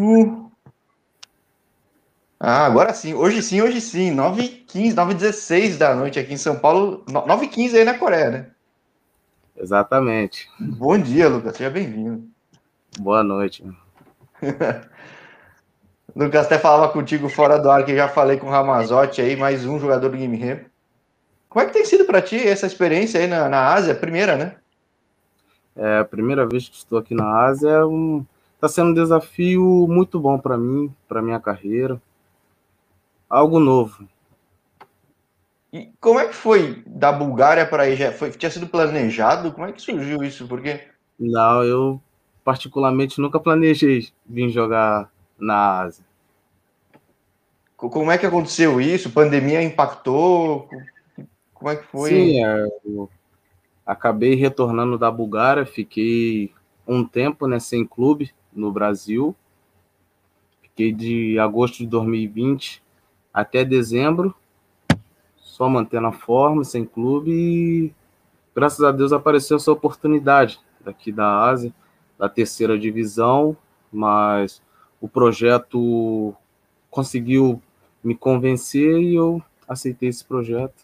vivo. Ah, agora sim. Hoje sim, hoje sim. 9h15, 9h16 da noite aqui em São Paulo. 9h15 aí na Coreia, né? Exatamente. Bom dia, Lucas. Seja bem-vindo. Boa noite. Lucas, até falava contigo fora do ar que já falei com o Ramazotti aí, mais um jogador do Game Ram. Como é que tem sido para ti essa experiência aí na Ásia? Primeira, né? É a primeira vez que estou aqui na Ásia. Tá sendo um desafio muito bom para mim, para minha carreira. Algo novo. E como é que foi da Bulgária para aí? Tinha sido planejado? Como é que surgiu isso? Porque Não, eu particularmente nunca planejei vir jogar na Ásia. como é que aconteceu isso? Pandemia impactou? Como é que foi? Sim, eu acabei retornando da Bulgária, fiquei um tempo, né, sem clube no Brasil. Fiquei de agosto de 2020 até dezembro, só mantendo a forma, sem clube, e graças a Deus apareceu essa oportunidade daqui da Ásia, da terceira divisão, mas o projeto conseguiu me convencer e eu aceitei esse projeto.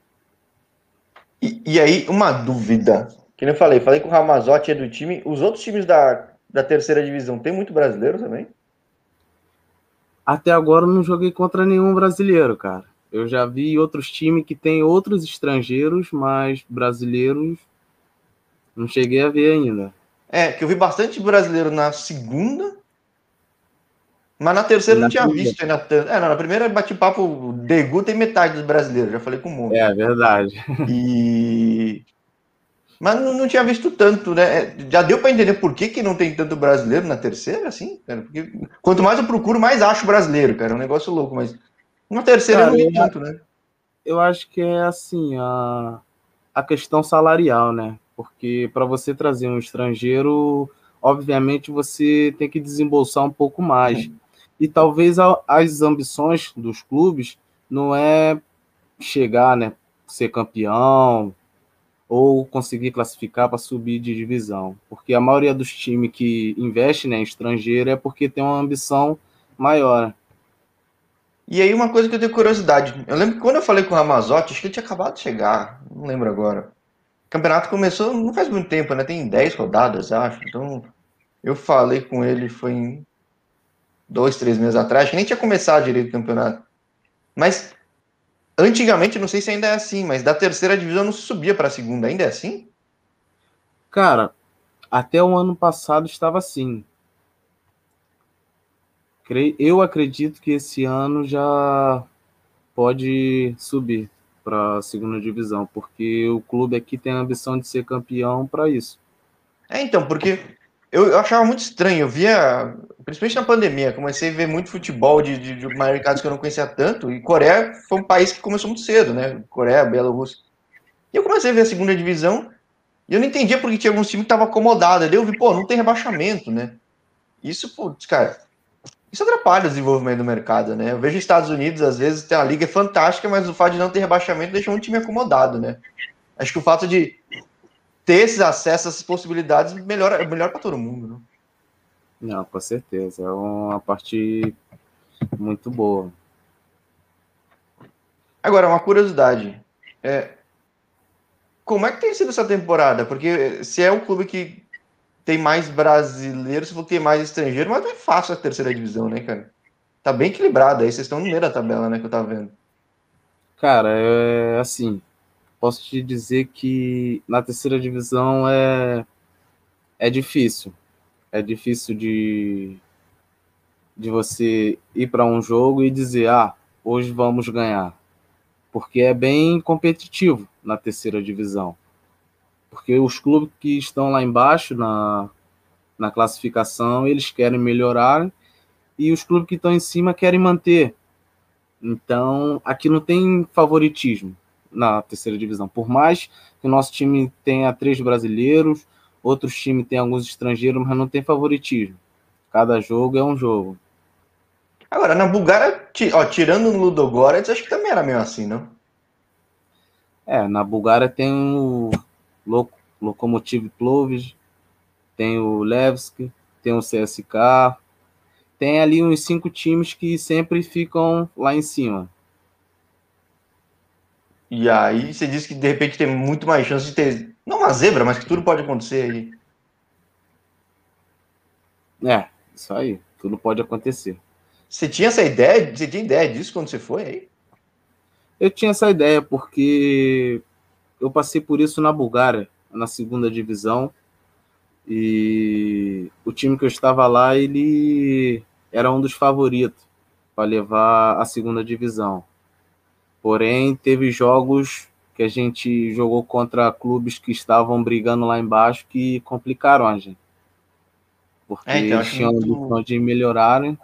E aí, uma dúvida. Que nem eu falei com o Ramazotti é do time. Os outros times da terceira divisão tem muito brasileiro também? Até agora eu não joguei contra nenhum brasileiro, cara. Eu já vi outros times que tem outros estrangeiros, mas brasileiros não cheguei a ver ainda. É, que eu vi bastante brasileiro na segunda, mas na E terceira eu não na tinha primeira. visto ainda tanto. É, não, na primeira bati papo, o Degu tem metade dos brasileiros, já falei com um monte. É verdade. E. Mas não tinha visto tanto, né? Já deu para entender por que não tem tanto brasileiro na terceira, assim, cara? Porque quanto mais eu procuro, mais acho brasileiro, cara. É um negócio louco, mas na terceira eu Cara, não vi tanto, né? eu acho que é assim, a questão salarial, né? Porque para você trazer um estrangeiro, obviamente você tem que desembolsar um pouco mais. E talvez as ambições dos clubes não é chegar, né, ser campeão ou conseguir classificar para subir de divisão, porque a maioria dos times que investe, né, em estrangeiro é porque tem uma ambição maior. E aí uma coisa que eu tenho curiosidade. Eu lembro que quando eu falei com o Ramazotti, acho que ele tinha acabado de chegar, não lembro agora. O campeonato começou não faz muito tempo, né? Tem 10 rodadas, acho. Então, eu falei com ele foi em 2, 3 meses atrás, que nem tinha começado direito o campeonato. Mas antigamente, não sei se ainda é assim, mas da terceira divisão não se subia para a segunda, ainda é assim? Cara, até o ano passado estava assim. Eu acredito que esse ano já pode subir para a segunda divisão, porque o clube aqui tem a ambição de ser campeão para isso. É, então, porque eu achava muito estranho, eu via, principalmente na pandemia, comecei a ver muito futebol de mercados que eu não conhecia tanto, e Coreia foi um país que começou muito cedo, né? Coreia, Bielorrússia. E eu comecei a ver a segunda divisão, e eu não entendia porque tinha alguns times que estavam acomodados. Daí eu vi, pô, não tem rebaixamento, né? Isso, putz, cara, isso atrapalha o desenvolvimento do mercado, né? Eu vejo Estados Unidos, às vezes, tem uma liga fantástica, mas o fato de não ter rebaixamento deixa um time acomodado, né? Acho que o fato de ter esses acessos, essas possibilidades, melhor para todo mundo, né? Não, com certeza, é uma parte muito boa. Agora, uma curiosidade. É, como é que tem sido essa temporada? Porque se é um clube que tem mais brasileiros, se for ter mais estrangeiro, mas não é fácil a terceira divisão, né, cara? Tá bem equilibrado aí, vocês estão no meio da tabela, né, que eu tava vendo. Cara, é assim, posso te dizer que na terceira divisão é difícil. É difícil de você ir para um jogo e dizer, hoje vamos ganhar. Porque é bem competitivo na terceira divisão. Porque os clubes que estão lá embaixo na classificação, eles querem melhorar e os clubes que estão em cima querem manter. Então, aqui não tem favoritismo na terceira divisão. Por mais que o nosso time tenha 3 brasileiros, outros times têm alguns estrangeiros, mas não tem favoritismo. Cada jogo é um jogo. Agora, na Bulgária, ó, tirando o Ludogorets, acho que também era meio assim, não? Na Bulgária tem o Lokomotiv Plovdiv, tem o Levski, tem o CSK, tem ali uns 5 times que sempre ficam lá em cima. E aí você disse que de repente tem muito mais chance de ter, não uma zebra, mas que tudo pode acontecer aí. Isso aí. Tudo pode acontecer. Você tinha essa ideia? Você tinha ideia disso quando você foi aí? Eu tinha essa ideia porque eu passei por isso na Bulgária, na segunda divisão, e o time que eu estava lá, ele era um dos favoritos para levar a segunda divisão. Porém, teve jogos que a gente jogou contra clubes que estavam brigando lá embaixo que complicaram a gente. Porque Então, eu eles acho tinham a muito. ambição de melhorarem.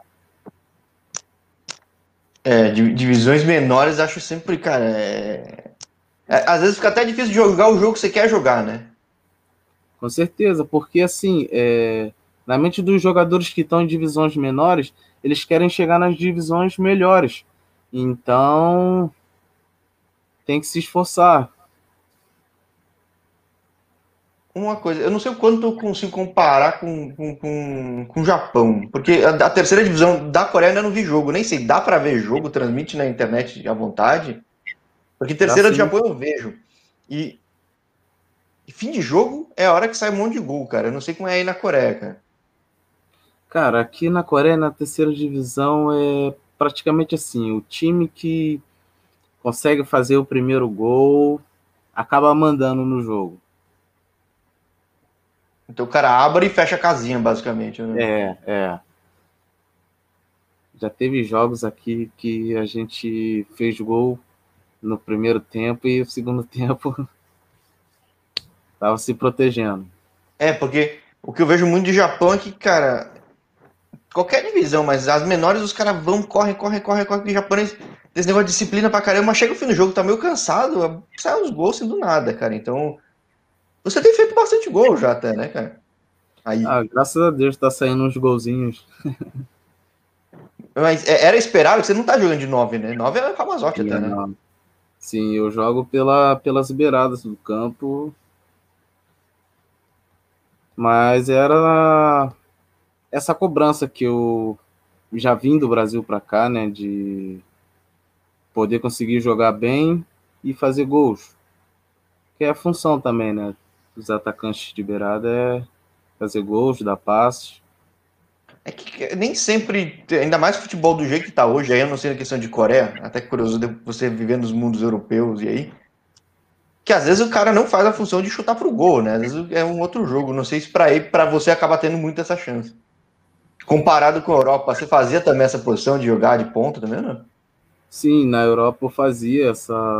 Divisões menores, acho sempre, cara. Às vezes fica até difícil de jogar o jogo que você quer jogar, né? Com certeza, porque assim, na mente dos jogadores que estão em divisões menores, eles querem chegar nas divisões melhores. Então, tem que se esforçar. Uma coisa, eu não sei o quanto eu consigo comparar com o Japão, porque a terceira divisão da Coreia eu ainda não vi jogo, nem sei, dá pra ver jogo, transmite na internet à vontade, porque Dá terceira do sim. Japão eu vejo. E fim de jogo é a hora que sai um monte de gol, cara. Eu não sei como é aí na Coreia, cara. Cara, aqui na Coreia, na terceira divisão, é praticamente assim: o time que consegue fazer o primeiro gol acaba mandando no jogo. Então o cara abre e fecha a casinha, basicamente, né? É. Já teve jogos aqui que a gente fez gol no primeiro tempo e o segundo tempo tava se protegendo. Porque o que eu vejo muito de Japão é que, cara, qualquer divisão, mas as menores os caras vão, correm, que o japonês tem esse negócio de disciplina pra caramba, mas chega o fim do jogo, tá meio cansado, sai uns gols assim do nada, cara. Então, você tem feito bastante gol já até, né, cara? Aí. Ah, graças a Deus tá saindo uns golzinhos. Mas era esperável que você não tá jogando de 9, né? 9 é com a Mazotti até, né? Sim, eu jogo pelas beiradas do campo, mas era essa cobrança que eu já vim do Brasil para cá, né, de poder conseguir jogar bem e fazer gols, que é a função também, né, dos atacantes de beirada é fazer gols, dar passes. É que nem sempre, ainda mais futebol do jeito que tá hoje, aí eu não sei na questão de Coreia, até curioso de você vivendo nos mundos europeus e aí, que às vezes o cara não faz a função de chutar pro gol, né? Às vezes é um outro jogo. Não sei se para você acaba tendo muito essa chance. Comparado com a Europa, você fazia também essa posição de jogar de ponta também, não? Sim, na Europa eu fazia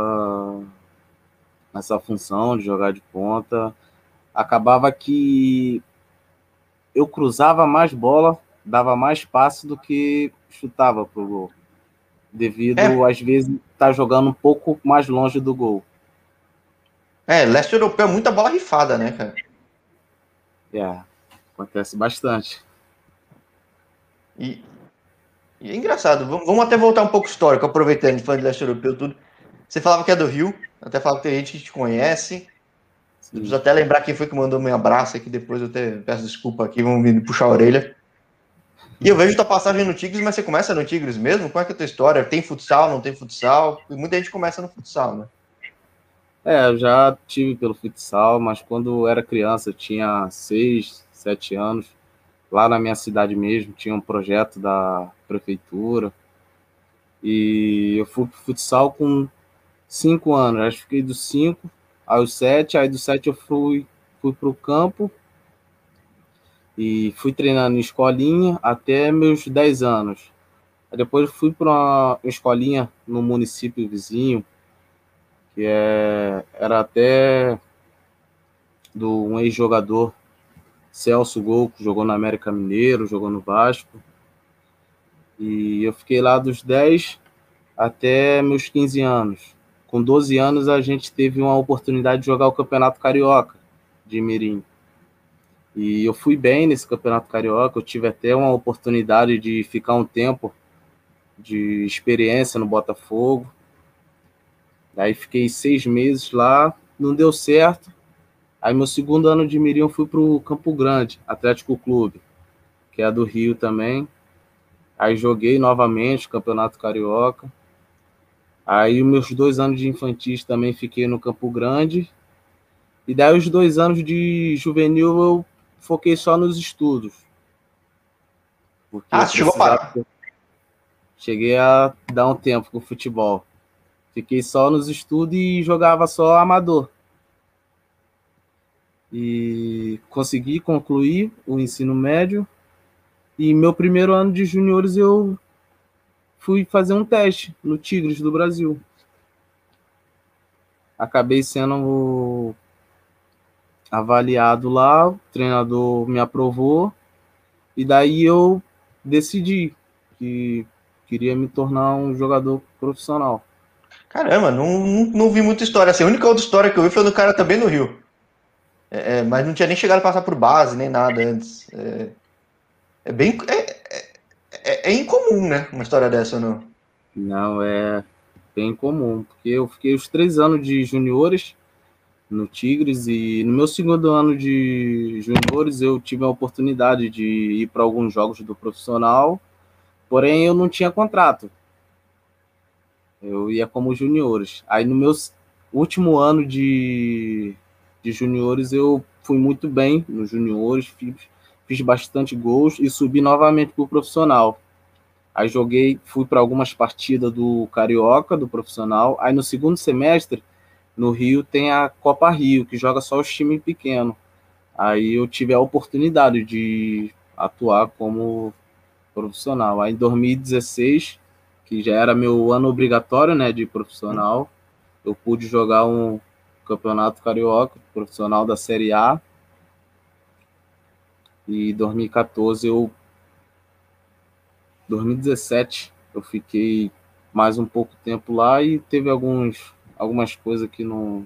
essa função de jogar de ponta. Acabava que eu cruzava mais bola, dava mais passe do que chutava pro gol, devido É, às vezes estar tá jogando um pouco mais longe do gol. leste europeu é muita bola rifada, né, cara? Acontece bastante. E, e é engraçado, vamos até voltar um pouco histórico, aproveitando, falando de leste europeu, tudo. Você falava que é do Rio, até falava que tem gente que te conhece. Eu preciso Sim. até lembrar quem foi que mandou meu abraço aqui, depois eu até peço desculpa aqui, vão me puxar a orelha. E eu vejo tua passagem no Tigres, mas você começa no Tigres mesmo? Qual é que é a tua história? Tem futsal, não tem futsal? E muita gente começa no futsal, né? Eu já tive pelo futsal, mas quando eu era criança, eu tinha 6, 7 anos, lá na minha cidade mesmo, tinha um projeto da prefeitura, e eu fui pro futsal com 5 anos, acho que fiquei dos 5 aos 7, aí dos 7 eu fui pro campo, e fui treinando em escolinha até meus 10 anos. Aí depois fui para uma escolinha no município vizinho, que era até do um ex-jogador, Celso Gol, que jogou no América Mineiro, jogou no Vasco. E eu fiquei lá dos 10 até meus 15 anos. Com 12 anos a gente teve uma oportunidade de jogar o Campeonato Carioca de Mirim. E eu fui bem nesse Campeonato Carioca, eu tive até uma oportunidade de ficar um tempo de experiência no Botafogo. Aí fiquei 6 meses lá, não deu certo. Aí meu segundo ano de Mirim eu fui para o Campo Grande, Atlético Clube, que é do Rio também. Aí joguei novamente o Campeonato Carioca. Aí os meus 2 anos de infantis também fiquei no Campo Grande. E daí os 2 anos de juvenil eu foquei só nos estudos. Porque eu Você chegou a precisava. parar. Cheguei a dar um tempo com o futebol. Fiquei só nos estudos e jogava só amador. E consegui concluir o ensino médio. E meu primeiro ano de juniores eu fui fazer um teste no Tigres do Brasil. Acabei sendo avaliado lá, o treinador me aprovou. E daí eu decidi que queria me tornar um jogador profissional. Caramba, não vi muita história. Assim, a única outra história que eu vi foi do cara também no Rio. Mas não tinha nem chegado a passar por base, nem nada antes. É bem. É incomum, né? Uma história dessa, não. Não, é bem comum, porque eu fiquei os 3 anos de juniores no Tigres e no meu segundo ano de juniores eu tive a oportunidade de ir para alguns jogos do profissional, porém eu não tinha contrato. Eu ia como juniores. Aí no meu último ano de juniores eu fui muito bem nos juniores, fiz bastante gols e subi novamente para o profissional. Aí fui para algumas partidas do Carioca, do profissional. Aí no segundo semestre, no Rio, tem a Copa Rio, que joga só os times pequenos. Aí eu tive a oportunidade de atuar como profissional. Aí em 2016, que já era meu ano obrigatório, né, de profissional, eu pude jogar um campeonato carioca, profissional da Série A. E 2017 eu fiquei mais um pouco tempo lá e teve algumas coisas que não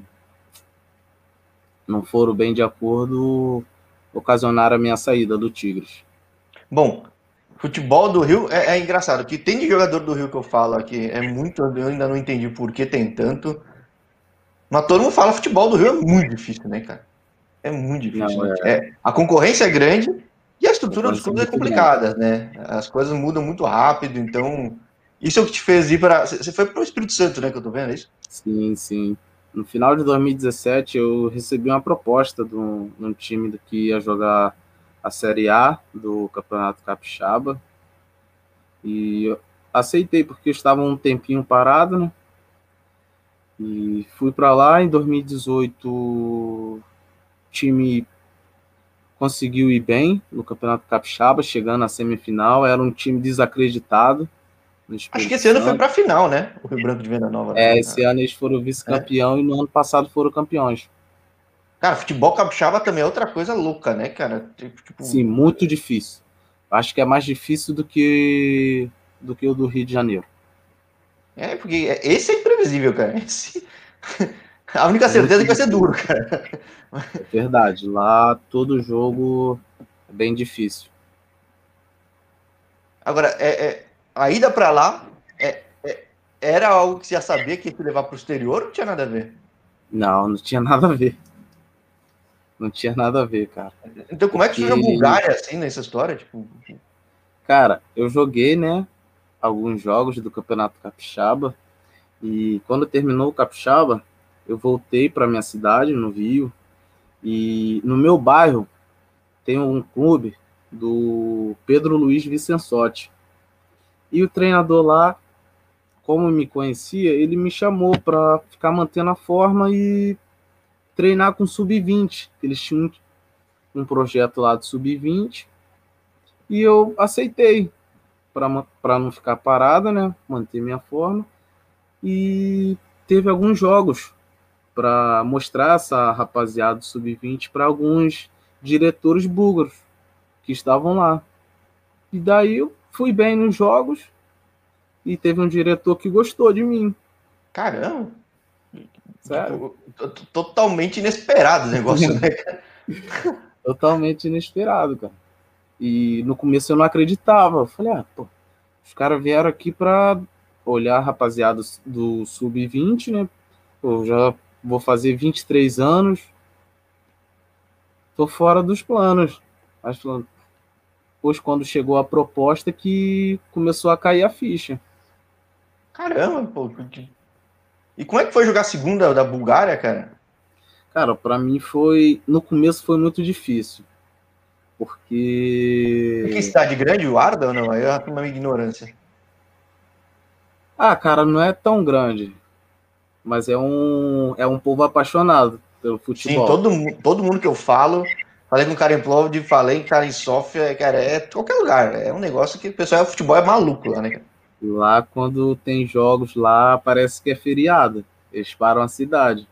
foram bem de acordo, ocasionaram a minha saída do Tigres. Bom, futebol do Rio é engraçado. Que tem de jogador do Rio que eu falo aqui. É muito. Eu ainda não entendi por que tem tanto. Mas todo mundo fala futebol do Rio é muito difícil, né, cara? É muito difícil, Não, né? A concorrência é grande e a estrutura dos concorrência clubes é muito grande. complicada, né? As coisas mudam muito rápido, então. Isso é o que te fez ir para. Você foi para o Espírito Santo, né? Que eu tô vendo, é isso? Sim, sim. No final de 2017, eu recebi uma proposta de um time que ia jogar a Série A do Campeonato Capixaba. E eu aceitei, porque eu estava um tempinho parado, né? E fui para lá. Em 2018, o time conseguiu ir bem no Campeonato Capixaba, chegando à semifinal. Era um time desacreditado no Acho que Espírito esse ano foi Santo. para a final, né? O Rio Branco de Venda Nova, né? Esse ano eles foram vice-campeão e no ano passado foram campeões. Cara, futebol capixaba também é outra coisa louca, né, cara? Tipo, Sim, muito difícil. Acho que é mais difícil do que o do Rio de Janeiro. porque esse é imprevisível, cara. A única certeza Muito é que vai ser duro, difícil. cara. É verdade. Lá todo jogo é bem difícil. Agora, a ida para lá era algo que você já sabia que ia te levar para o exterior ou não tinha nada a ver? Não, não tinha nada a ver. Não tinha nada a ver, cara. Então, como é que surge a Porque, Bulgária assim nessa história? Tipo, cara, eu joguei, né, alguns jogos do Campeonato Capixaba e quando terminou o Capixaba, eu voltei para minha cidade, no Rio, e no meu bairro tem um clube do Pedro Luiz Vicençotti. E o treinador lá, como me conhecia, ele me chamou para ficar mantendo a forma e treinar com sub-20. Eles tinham um projeto lá de sub-20 e eu aceitei para não ficar parada, né? Manter minha forma. E teve alguns jogos para mostrar essa rapaziada do sub-20 para alguns diretores búlgaros que estavam lá. E daí eu fui bem nos jogos e teve um diretor que gostou de mim. caramba, Sério? tipo, totalmente inesperado o negócio, né? Totalmente inesperado, cara. E no começo eu não acreditava. Eu falei, pô, os caras vieram aqui pra olhar a rapaziada do sub-20, né? Eu já vou fazer 23 anos, tô fora dos planos. Mas falando, depois, quando chegou a proposta, que começou a cair a ficha. Caramba, pô. E como é que foi jogar a segunda da Bulgária, cara? Cara, para mim no começo foi muito difícil, Que porque cidade grande, o Arda ou não? Aí eu acho uma ignorância. cara, não é tão grande, mas é um povo apaixonado pelo Sim, futebol. todo mundo que eu falo, falei com um cara em Plovdiv, falei com um cara em Sofia, cara, é qualquer lugar. É um negócio que o pessoal, o futebol é maluco lá, né, cara? Lá, quando tem jogos lá, parece que é feriado. Eles param a cidade.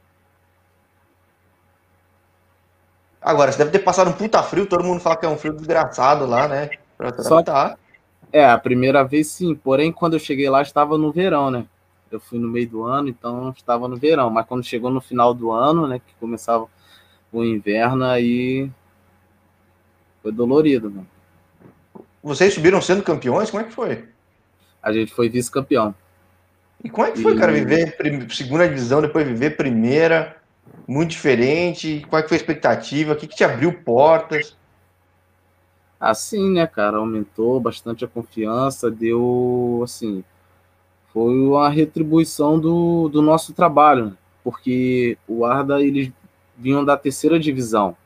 Agora, você deve ter passado um puta frio, todo mundo fala que é um frio desgraçado lá, né? Pra Só tratar. a primeira vez sim, porém quando eu cheguei lá estava no verão, né? Eu fui no meio do ano, então estava no verão, mas quando chegou no final do ano, né, que começava o inverno, aí foi dolorido, né? Vocês subiram sendo campeões? Como é que foi? A gente foi vice-campeão. E como é que foi, cara, E viver segunda divisão, depois viver primeira? Muito diferente. Qual é que foi a expectativa? O que te abriu portas? assim, né, cara, aumentou bastante a confiança, deu, assim, foi uma retribuição do nosso trabalho, né? Porque o Arda, eles vinham da terceira divisão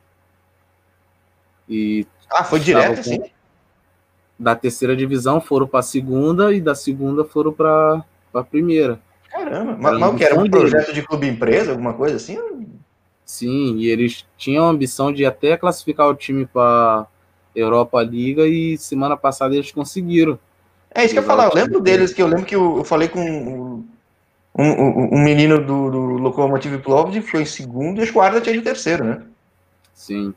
e Ah, foi estavam direto, com, assim? da terceira divisão foram para a segunda e da segunda foram para a primeira. Caramba. Era a Mas o que? Era ambição um projeto deles. de clube-empresa, alguma coisa assim? Sim, e eles tinham a ambição de até classificar o time para Europa Liga e semana passada eles conseguiram É isso que eu ia levar o falar. Eu time lembro para deles, que eu lembro que eu falei com um menino do Lokomotiv Plovdiv, foi em segundo, e acho que o Arda tinha de terceiro, né? Sim,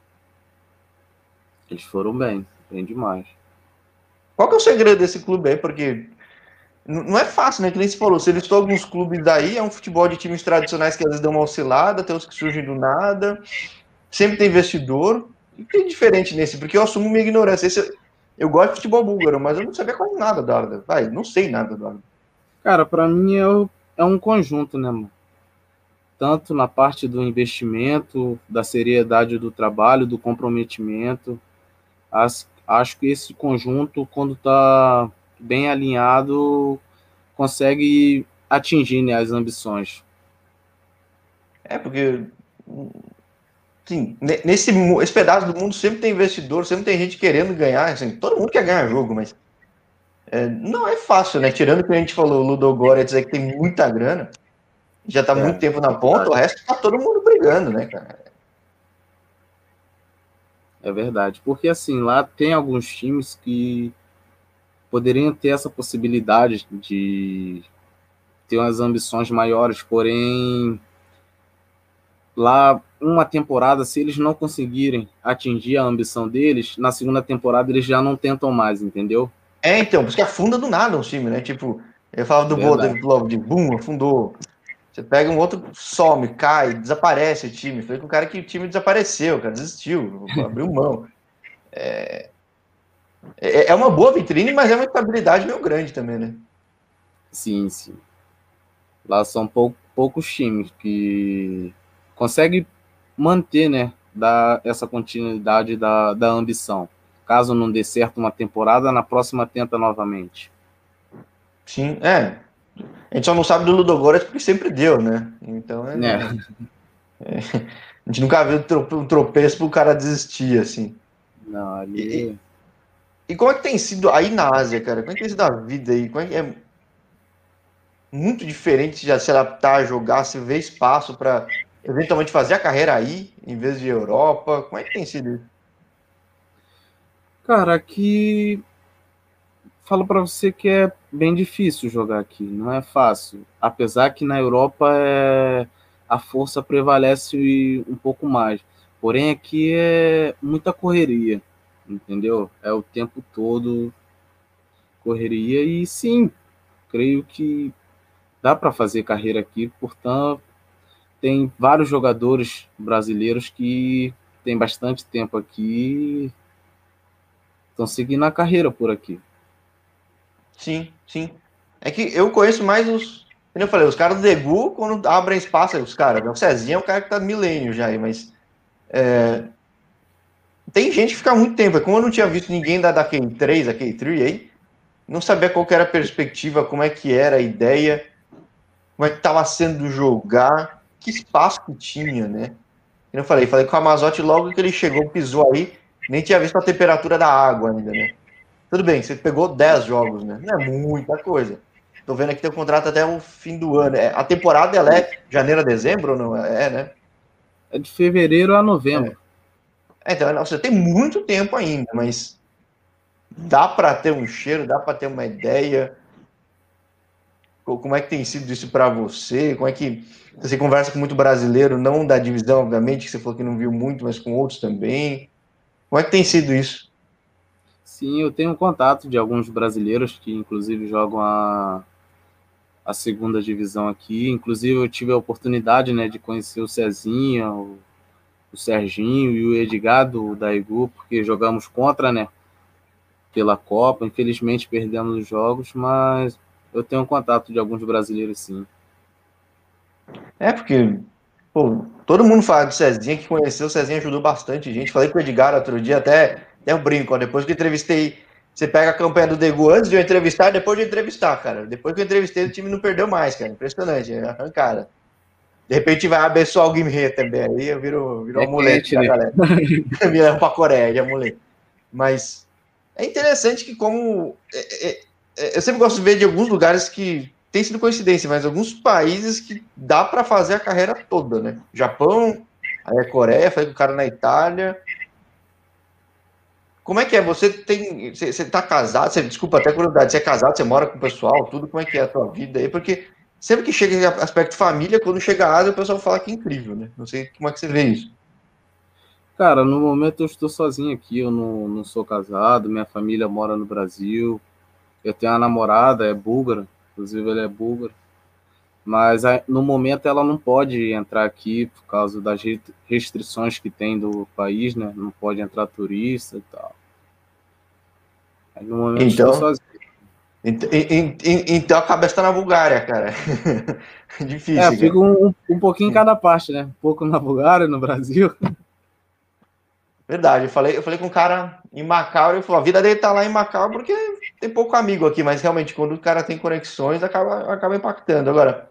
eles foram bem, bem demais. Qual que é o segredo desse clube aí? Porque não é fácil, né? Que nem se falou. Você listou alguns clubes daí, é um futebol de times tradicionais que às vezes dão uma oscilada, tem os que surgem do nada, sempre tem investidor. E que é diferente nesse? Porque eu assumo minha ignorância. Eu gosto de futebol búlgaro, mas eu não sabia quase nada do Arda. Vai, não sei nada do Arda. Cara, para mim é um conjunto, né, mano? Tanto na parte do investimento, da seriedade do trabalho, do comprometimento. Acho que esse conjunto, quando está bem alinhado, consegue atingir, né, as ambições. É, porque sim, esse pedaço do mundo sempre tem investidor, sempre tem gente querendo ganhar. Assim, todo mundo quer ganhar jogo, mas não é fácil, né? Tirando o que a gente falou, o Ludogorets aí que tem muita grana, já tá muito tempo na ponta, o resto tá todo mundo brigando, né, cara? É verdade. Porque, assim, lá tem alguns times que poderiam ter essa possibilidade de ter umas ambições maiores, porém, lá, uma temporada, se eles não conseguirem atingir a ambição deles, na segunda temporada eles já não tentam mais, entendeu? É, então, por isso que afunda do nada um time, né? Tipo, eu falava do Verdade. Bodev de boom, afundou. Você pega um outro, some, cai, desaparece o time. Foi com o cara que o time desapareceu, o cara desistiu, abriu mão. É uma boa vitrine, mas é uma estabilidade meio grande também, né? Sim, sim. Lá são poucos times que conseguem manter, né, essa continuidade da ambição. Caso não dê certo uma temporada, na próxima tenta novamente. Sim, é. A gente só não sabe do Ludogorets porque sempre deu, né? Então É. a gente nunca viu um tropeço pro cara desistir, assim. Não, E, ali. e como é que tem sido aí na Ásia, cara? Como é que tem sido a vida aí? Como é que é muito diferente de se adaptar a jogar, se vê espaço para eventualmente fazer a carreira aí, em vez de Europa? Como é que tem sido isso? Cara, aqui falo para você que é bem difícil jogar aqui, não é fácil. Apesar que na Europa a força prevalece um pouco mais. Porém, aqui é muita correria, entendeu? É o tempo todo correria e sim, creio que dá para fazer carreira aqui, portanto, tem vários jogadores brasileiros que têm bastante tempo aqui e estão seguindo a carreira por aqui. Sim, sim. É que eu conheço mais como eu falei, os caras do Degu, quando abrem espaço, os caras, né? O Cezinha é um cara que tá milênio já aí, mas tem gente que fica muito tempo. Como eu não tinha visto ninguém da K3, da K3 aí, não sabia qual que era a perspectiva, como é que era a ideia, como é que estava sendo jogar, que espaço que tinha, né? Eu falei com o Amazotti logo que ele chegou, pisou aí, nem tinha visto a temperatura da água ainda, né? Tudo bem, você pegou 10 jogos, né? Não é muita coisa. Tô vendo aqui teu contrato até o fim do ano. A temporada ela é janeiro a dezembro ou não? Né? É de fevereiro a novembro. Então, você tem muito tempo ainda, mas dá para ter um cheiro, dá para ter uma ideia. Como é que tem sido isso para você? Como é que você conversa com muito brasileiro, não da divisão, obviamente, que você falou que não viu muito, mas com outros também? Como é que tem sido isso? Sim, eu tenho contato de alguns brasileiros que, inclusive, jogam a segunda divisão aqui. Inclusive, eu tive a oportunidade, né, de conhecer o Cezinha, o Serginho e o Edgar do Daegu, porque jogamos contra, né, pela Copa. Infelizmente, perdemos os jogos, mas eu tenho contato de alguns brasileiros, sim. Porque pô, todo mundo fala do Cezinha, que conheceu o Cezinha, ajudou bastante gente. Falei com o Edgar outro dia, até um brinco, ó, depois que eu entrevistei, você pega a campanha do Degu antes de eu entrevistar e depois de eu entrevistar, cara. Depois que eu entrevistei, o time não perdeu mais, cara. Impressionante, é arrancada. De repente vai abençoar o Guimê também, aí eu viro um É amuleto crente, da né? galera. Me leva pra Coreia de amuleto. Mas é interessante que como... eu sempre gosto de ver de alguns lugares que tem sido coincidência, mas alguns países que dá para fazer a carreira toda, né? Japão, aí a Coreia, falei com o cara na Itália. Como é que é? Você tem. Você tá casado? Você, desculpa, até curiosidade, você é casado, você mora com o pessoal, tudo, como é que é a tua vida aí? Porque sempre que chega em aspecto família, quando chega a Ásia, o pessoal fala que é incrível, né? Não sei como é que você vê isso. Cara, no momento eu estou sozinho aqui, eu não sou casado, minha família mora no Brasil, eu tenho uma namorada, é búlgara, inclusive ela é búlgara, mas no momento ela não pode entrar aqui por causa das restrições que tem do país, né? Não pode entrar turista e tal. Aí, no momento estou Então, sozinho. então a cabeça tá na Bulgária, cara. É, Difícil, cara. fica um pouquinho em cada parte, né? Um pouco na Bulgária, no Brasil. Verdade, eu falei com um cara em Macau, ele falou, a vida dele tá lá em Macau porque tem pouco amigo aqui, mas realmente quando o cara tem conexões, acaba impactando. Agora,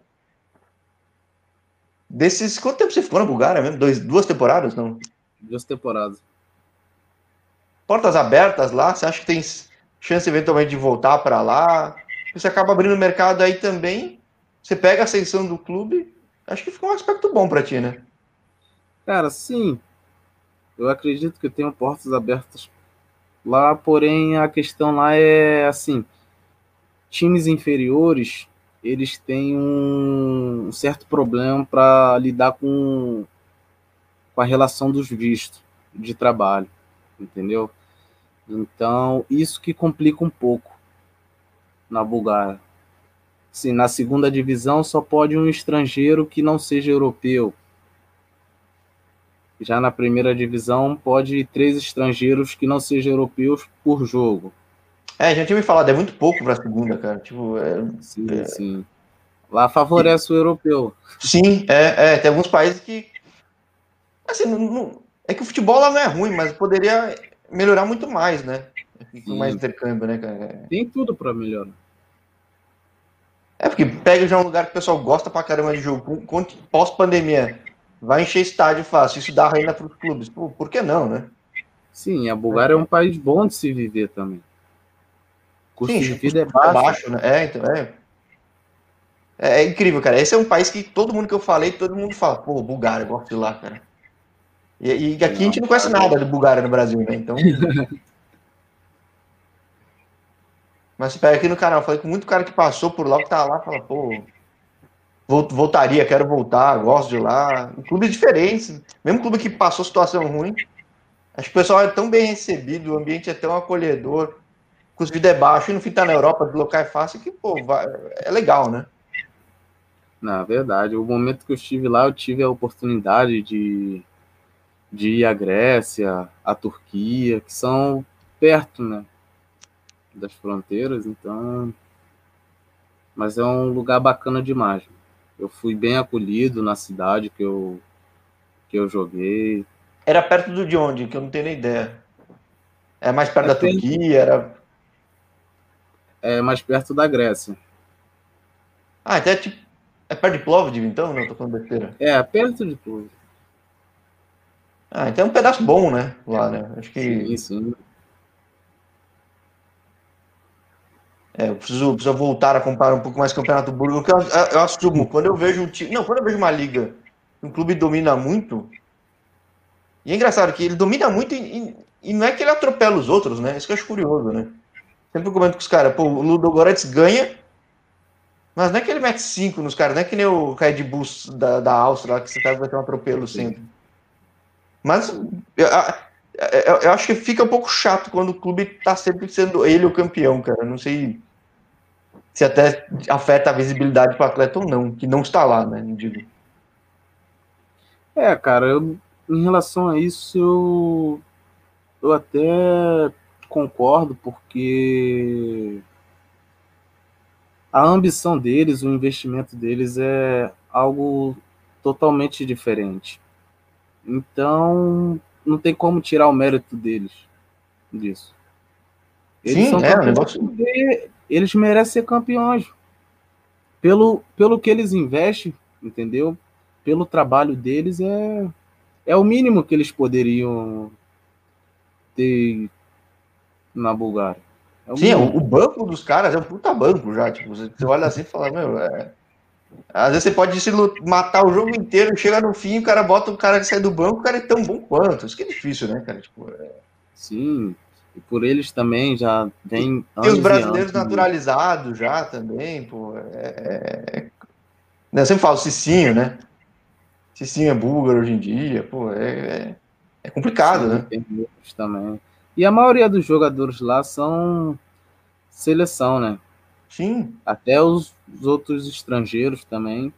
quanto tempo você ficou na Bulgária mesmo? Duas temporadas, não? 2 temporadas. Portas abertas lá, você acha que tem chance eventualmente de voltar para lá? Você acaba abrindo o mercado aí também, você pega a ascensão do clube, acho que ficou um aspecto bom para ti, né? Cara, sim, eu acredito que eu tenho portas abertas lá, porém a questão lá é assim, times inferiores, eles têm um certo problema para lidar com a relação dos vistos de trabalho, entendeu? Então, isso que complica um pouco na Bulgária. Sim, na segunda divisão só pode um estrangeiro que não seja europeu. Já na primeira divisão pode 3 estrangeiros que não sejam europeus por jogo. Já tinha me falado, é muito pouco para a segunda, cara. Tipo, Sim, sim. Lá favorece o europeu. sim, tem alguns países que assim, é que o futebol lá não é ruim, mas poderia melhorar muito mais, né? Com mais Sim, intercâmbio, né, cara? tem tudo para melhorar. Porque pega já um lugar que o pessoal gosta pra caramba de jogo, pós-pandemia, vai encher estádio fácil, isso dá renda pros clubes. Pô, por que não, né? Sim, a Bulgária é um país bom de se viver também. O Sim, custo de o vida custo é é baixo. baixo, né? Então, é incrível, cara. Esse é um país que todo mundo que eu falei, todo mundo fala, pô, Bulgária, eu gosto de lá, cara. E aqui a Não, gente não conhece nada de Bulgária no Brasil, né? Então, mas você pega aqui no canal, eu falei com muito cara que passou por lá, que tá lá, fala, pô, voltaria, quero voltar, gosto de lá. Em clubes diferentes, mesmo clube que passou situação ruim, acho que o pessoal é tão bem recebido, o ambiente é tão acolhedor, o custo de vida é baixo, e no fim tá na Europa, deslocar é fácil, que, pô, é legal, né? na verdade, o momento que eu estive lá, eu tive a oportunidade de ir à Grécia, à Turquia, que são perto, né, das fronteiras, então, mas é um lugar bacana demais. Eu fui bem acolhido na cidade que eu joguei. Era perto de onde? Que eu não tenho nem ideia. É mais perto É, da Turquia? Era... é mais perto da Grécia. Ah, até tipo. É perto de Plovdiv, então? Não, tô falando besteira. É, perto de tudo. Ah, então é um pedaço bom, né? Lá, né? Acho que. Sim, sim. Eu preciso voltar a comparar um pouco mais o Campeonato Búlgaro, porque eu assumo, quando eu vejo um time. Não, quando eu vejo uma liga, um clube domina muito. E é engraçado que ele domina muito e não é que ele atropela os outros, né? Isso que eu acho curioso, né? Sempre comento com os caras, pô, o Ludogorets ganha, mas não é que ele mete 5 nos caras, não é que nem o Red Bull da Áustria lá, que você sabe que vai ter um atropelo sempre. Mas eu acho que fica um pouco chato quando o clube tá sempre sendo ele o campeão, cara. Não sei se até afeta a visibilidade para o atleta ou não, que não está lá, né? Não digo. É, cara, em relação a isso, eu até concordo, porque a ambição deles, o investimento deles é algo totalmente diferente. Então, não tem como tirar o mérito deles disso. Eles Sim, são é um campeões negócio. porque eles merecem ser campeões. Pelo que eles investem, entendeu? Pelo trabalho deles, é o mínimo que eles poderiam ter na Bulgária. É o Sim, mínimo. o banco dos caras é um puta banco já. Tipo, você olha assim e fala, meu, às vezes você pode se matar o jogo inteiro, chega no fim, o cara bota o cara que sai do banco, o cara é tão bom quanto. Isso que é difícil, né, cara? Tipo, Sim, e por eles também já vem tem os anos e anos. brasileiros naturalizados já também, pô. Eu sempre falo Cicinho, né? Cicinho é búlgaro hoje em dia, pô, é complicado, Sim, né? tem outros também. E a maioria dos jogadores lá são seleção, né? Sim. Até os outros estrangeiros também.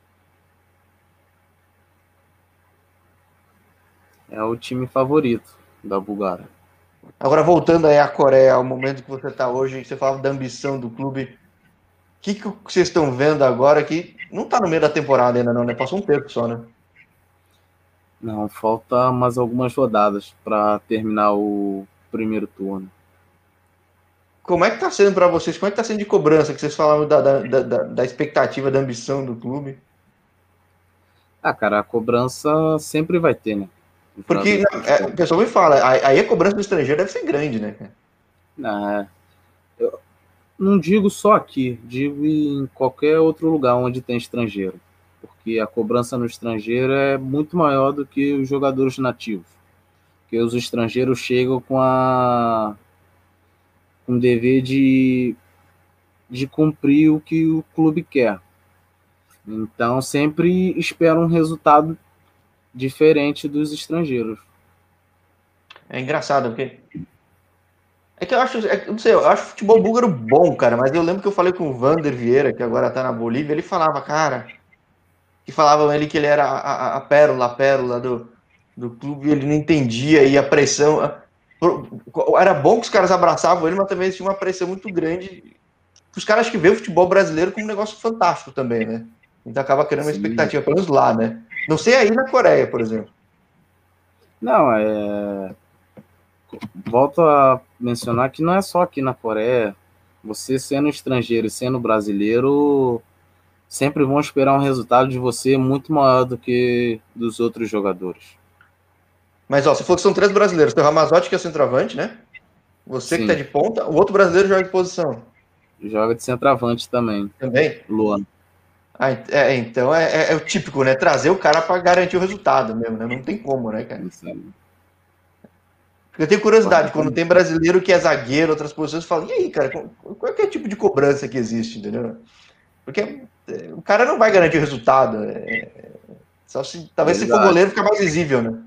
É o time favorito da Bulgária. Agora, voltando aí à Coreia, ao momento que você está hoje, você falava da ambição do clube. O que vocês estão vendo agora que não está no meio da temporada ainda não, né? Passou um tempo só, né? Não, falta mais algumas rodadas para terminar o primeiro turno. Como é que está sendo para vocês? Como é que está sendo de cobrança? Que vocês falavam da expectativa, da ambição do clube. Ah, cara, a cobrança sempre vai ter, né? Os Porque jogadores de o futebol. pessoal me fala, aí a cobrança do estrangeiro deve ser grande, né? Ah, eu não digo só aqui, digo em qualquer outro lugar onde tem estrangeiro. Porque a cobrança no estrangeiro é muito maior do que os jogadores nativos. Porque os estrangeiros chegam com o dever de cumprir o que o clube quer. Então sempre espera um resultado diferente dos estrangeiros. É engraçado, porque. É que eu acho, não sei, eu acho o futebol búlgaro bom, cara, mas eu lembro que eu falei com o Vander Vieira, que agora tá na Bolívia, ele falava, cara, que falavam ele que ele era a pérola do clube, e ele não entendia, e a pressão. Era bom que os caras abraçavam ele, mas também tinha uma pressão muito grande. Os caras que veem o futebol brasileiro como um negócio fantástico também, né? Então acaba criando uma Sim. expectativa, pelo menos lá, né? Não sei aí na Coreia, por exemplo. Não, volto a mencionar que não é só aqui na Coreia. Você sendo estrangeiro e sendo brasileiro, sempre vão esperar um resultado de você muito maior do que dos outros jogadores. Mas, ó, você falou que são três brasileiros. Tem o Ramazotti, que é o centroavante, né? Você que tá Sim, de ponta. O outro brasileiro joga de posição. joga de centroavante também, Também. Luan. Ah, então é o típico, né? Trazer o cara para garantir o resultado mesmo, né? Não tem como, né, cara? Porque eu tenho curiosidade, quando tem brasileiro que é zagueiro, outras posições, eu falo, e aí, cara, qual é o tipo de cobrança que existe, entendeu? Porque o cara não vai garantir o resultado. Só se, talvez se for Exato, goleiro, fica mais visível, né?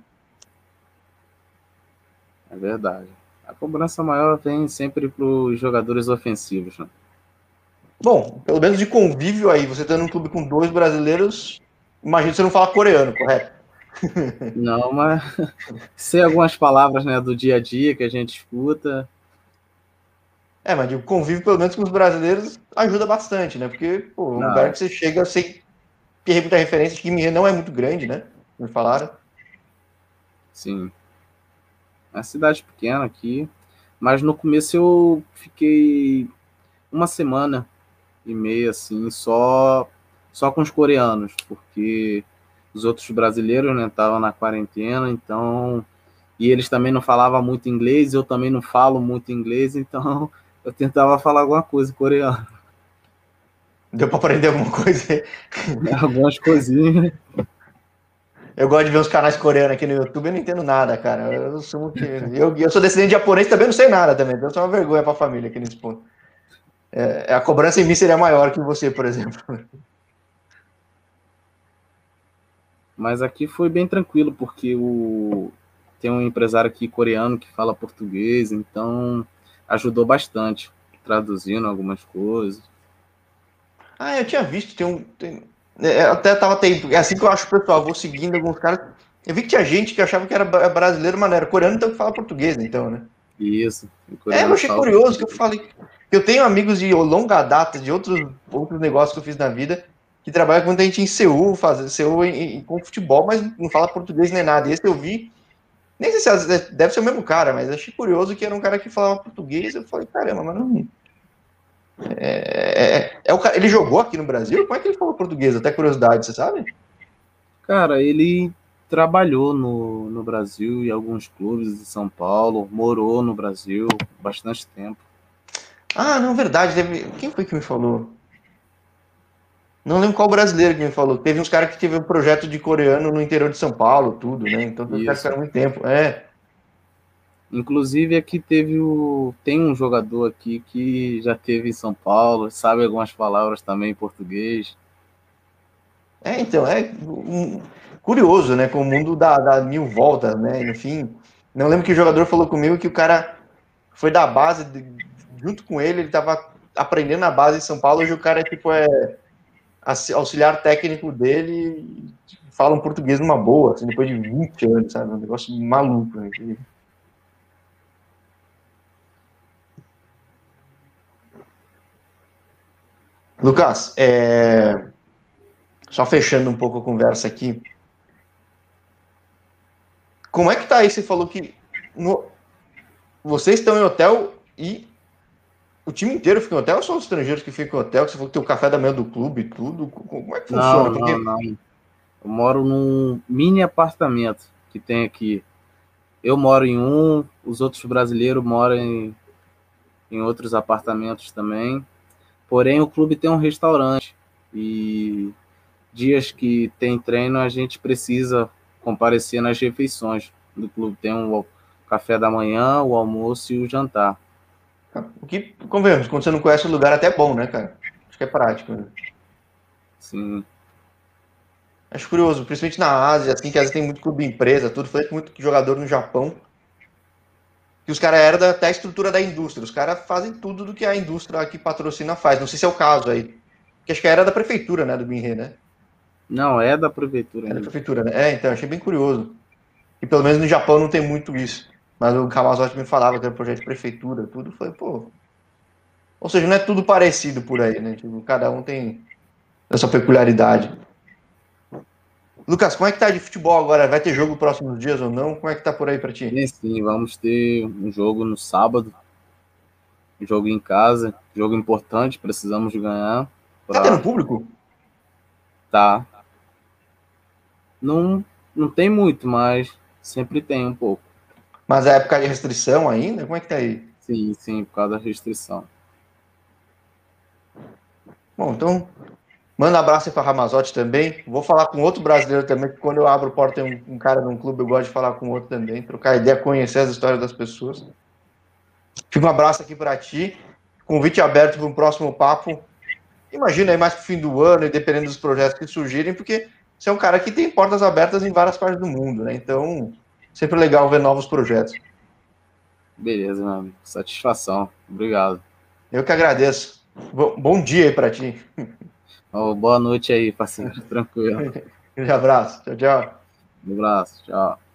é verdade. A cobrança maior vem sempre para os jogadores ofensivos, né? Bom, pelo menos de convívio aí, você tendo um clube com dois brasileiros, imagino que você não fala coreano, correto? Não, mas sei algumas palavras, né, do dia a dia que a gente escuta. Mas de convívio, pelo menos com os brasileiros, ajuda bastante, né? Porque, pô, um lugar Não, que você chega sem ter muita referência, que não é muito grande, né? Me falaram. Sim. É uma cidade pequena aqui, mas no começo eu fiquei uma semana e meia, assim, só com os coreanos, porque os outros brasileiros, né, estavam na quarentena, então, e eles também não falavam muito inglês, eu também não falo muito inglês, então eu tentava falar alguma coisa em coreano, Deu pra aprender alguma coisa? algumas coisinhas. Eu gosto de ver os canais coreanos aqui no YouTube, eu não entendo nada, cara. Eu sou descendente de japonês, também não sei nada também, então eu sou uma vergonha pra família aqui nesse ponto. A cobrança em mim seria maior que você, por exemplo. Mas aqui foi bem tranquilo, porque tem um empresário aqui coreano que fala português, então ajudou bastante, traduzindo algumas coisas. Ah, eu tinha visto, até tava é assim que eu acho o pessoal, vou seguindo alguns caras. Eu vi que tinha gente que achava que era brasileiro, mas não era coreano, então que fala português, então, né? Isso, o Eu coreano achei fala curioso que eu português. falei. Eu tenho amigos de longa data, de outros negócios que eu fiz na vida, que trabalham com muita gente em Seul, Seul com futebol, mas não fala português nem nada. E esse eu vi, nem sei se deve ser o mesmo cara, mas achei curioso que era um cara que falava português. Eu falei, caramba, mas não. Ele jogou aqui no Brasil? Como é que ele falou português? Até curiosidade, você sabe? Cara, ele trabalhou no Brasil e alguns clubes de São Paulo, morou no Brasil bastante tempo. Ah, não, verdade. Quem foi que me falou? Não lembro qual brasileiro que me falou. Teve uns caras que teve um projeto de coreano no interior de São Paulo, tudo, né? Então os caras Isso. ficaram muito tempo. É. Inclusive aqui tem um jogador aqui que já teve em São Paulo, sabe algumas palavras também em português. Então, curioso, né? Com o mundo dá mil voltas, né? Enfim, não lembro que o jogador falou comigo que o cara foi da base, junto com ele tava aprendendo na base em São Paulo. Hoje o cara tipo, auxiliar técnico dele e fala um português numa boa, assim, depois de 20 anos, sabe? Um negócio maluco, né? Lucas, só fechando um pouco a conversa aqui, como é que tá aí? Você falou que vocês estão em hotel e o time inteiro fica em hotel ou são os estrangeiros que ficam em hotel? Que você falou que tem o café da manhã do clube e tudo. Como é que Não, funciona? não, Porque. não. Eu moro num mini apartamento que tem aqui. Eu moro em um, os outros brasileiros moram em outros apartamentos também. Porém, o clube tem um restaurante e dias que tem treino a gente precisa comparecer nas refeições do clube. Tem o café da manhã, o almoço e o jantar. O que, convenhamos, quando você não conhece o lugar, até é bom, né, cara? Acho que é prático, né? Sim, Acho curioso, principalmente na Ásia, assim, que às vezes tem muito clube empresa, tudo. Foi muito jogador no Japão, que os caras eram até a estrutura da indústria. Os caras fazem tudo do que a indústria que patrocina faz. Não sei se é o caso aí. Que acho que era da prefeitura, né, do Binhe, né? não é da prefeitura É da ainda. prefeitura, né? Então, achei bem curioso. E pelo menos no Japão não tem muito isso. Mas o Kamazotti me falava que era projeto de prefeitura, tudo foi, pô. Ou seja, não é tudo parecido por aí, né? Tipo, cada um tem essa peculiaridade. Lucas, como é que tá de futebol agora? Vai ter jogo próximos dias ou não? Como é que tá por aí pra ti? Sim, sim, vamos ter um jogo no sábado, um jogo em casa, jogo importante, precisamos ganhar Tá tendo para público? tá. Não, não tem muito, mas sempre tem um pouco. Mas é época de restrição ainda? Como é que tá aí? Sim, sim, por causa da restrição. Bom, então manda um abraço aí pra Ramazotti também. Vou falar com outro brasileiro também, que quando eu abro porta tem um cara num clube, eu gosto de falar com outro também, trocar ideia, conhecer as histórias das pessoas. Fica um abraço aqui para ti. Convite aberto para um próximo papo. Imagina aí mais pro fim do ano e dependendo dos projetos que surgirem, porque você é um cara que tem portas abertas em várias partes do mundo, né? Então, sempre legal ver novos projetos. Beleza, meu amigo. Satisfação. Obrigado. Eu que agradeço. Bom dia aí para ti. Oh, boa noite aí, parceiro. Tranquilo. Um abraço. Tchau, tchau. Um abraço. Tchau.